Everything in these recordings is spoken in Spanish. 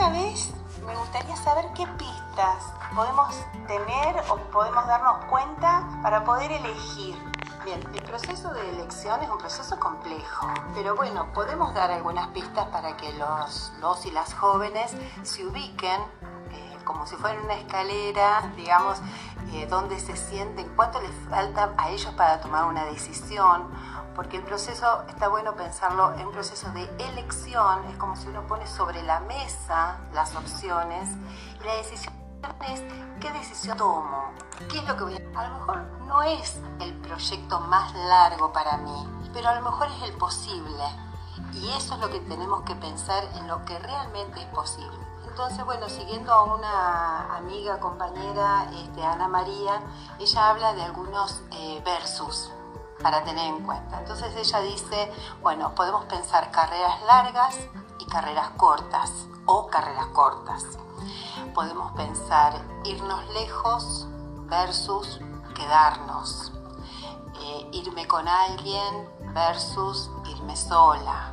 esta vez me gustaría saber qué pistas podemos tener o podemos darnos cuenta para poder elegir. Bien, el proceso de elección es un proceso complejo, pero bueno, podemos dar algunas pistas para que los y las jóvenes se ubiquen como si fuera una escalera, digamos, donde se sienten, cuánto les falta a ellos para tomar una decisión, porque el proceso, está bueno pensarlo en un proceso de elección, es como si uno pone sobre la mesa las opciones y la decisión es qué decisión tomo, qué es lo que voy a... A lo mejor no es el proyecto más largo para mí, pero a lo mejor es el posible, y eso es lo que tenemos que pensar en lo que realmente es posible. Entonces, bueno, siguiendo a una amiga, compañera, Ana María, ella habla de algunos versus para tener en cuenta. Entonces ella dice, bueno, podemos pensar carreras largas y carreras cortas, o carreras cortas. Podemos pensar irnos lejos versus quedarnos, irme con alguien versus irme sola.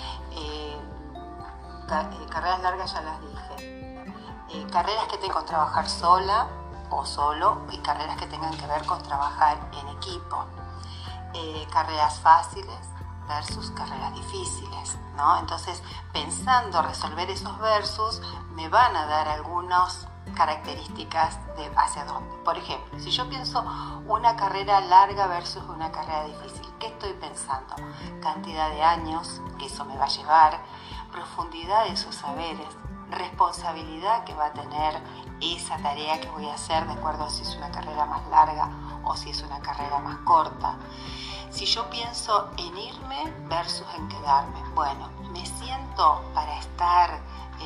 Carreras largas ya las dije. Carreras que tengan con trabajar sola o solo, y carreras que tengan que ver con trabajar en equipo. Carreras fáciles versus carreras difíciles, ¿no? Entonces, pensando resolver esos versus, me van a dar algunas características de hacia dónde. Por ejemplo, si yo pienso una carrera larga versus una carrera difícil, ¿qué estoy pensando? Cantidad de años que eso me va a llevar, profundidad de sus saberes, responsabilidad que va a tener esa tarea que voy a hacer de acuerdo a si es una carrera más larga o si es una carrera más corta. Si yo pienso en irme versus en quedarme, bueno, me siento para estar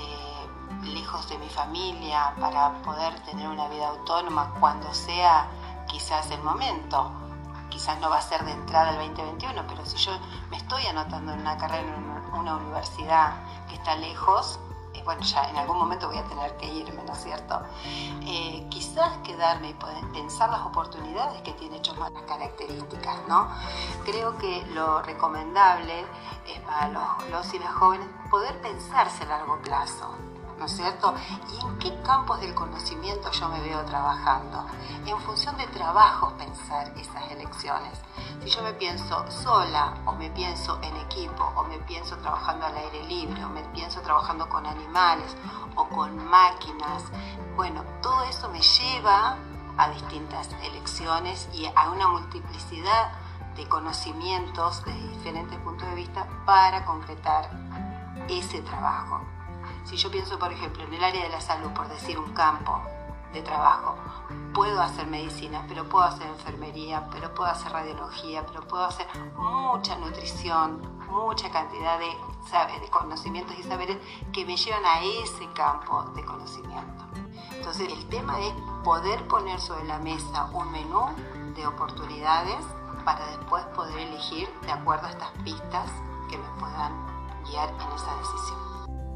lejos de mi familia, para poder tener una vida autónoma cuando sea quizás el momento. Quizás no va a ser de entrada el 2021, pero si yo me estoy anotando en una carrera en una universidad que está lejos, bueno, ya en algún momento voy a tener que irme, ¿no es cierto? Quizás quedarme y poder pensar las oportunidades que tiene Chosma, las características, ¿no? Creo que lo recomendable es para los y las jóvenes poder pensarse a largo plazo, ¿no es cierto? ¿Y en qué campos del conocimiento yo me veo trabajando? En función de trabajos pensar esas elecciones. Si yo me pienso sola, o me pienso en equipo, o me pienso trabajando al aire libre, o me pienso trabajando con animales, o con máquinas, bueno, todo eso me lleva a distintas elecciones y a una multiplicidad de conocimientos de diferentes puntos de vista para concretar ese trabajo. Si yo pienso, por ejemplo, en el área de la salud, por decir un campo de trabajo, puedo hacer medicina, pero puedo hacer enfermería, pero puedo hacer radiología, pero puedo hacer mucha nutrición, mucha cantidad de conocimientos y saberes que me llevan a ese campo de conocimiento. Entonces, el tema es poder poner sobre la mesa un menú de oportunidades para después poder elegir de acuerdo a estas pistas que me puedan guiar en esa decisión.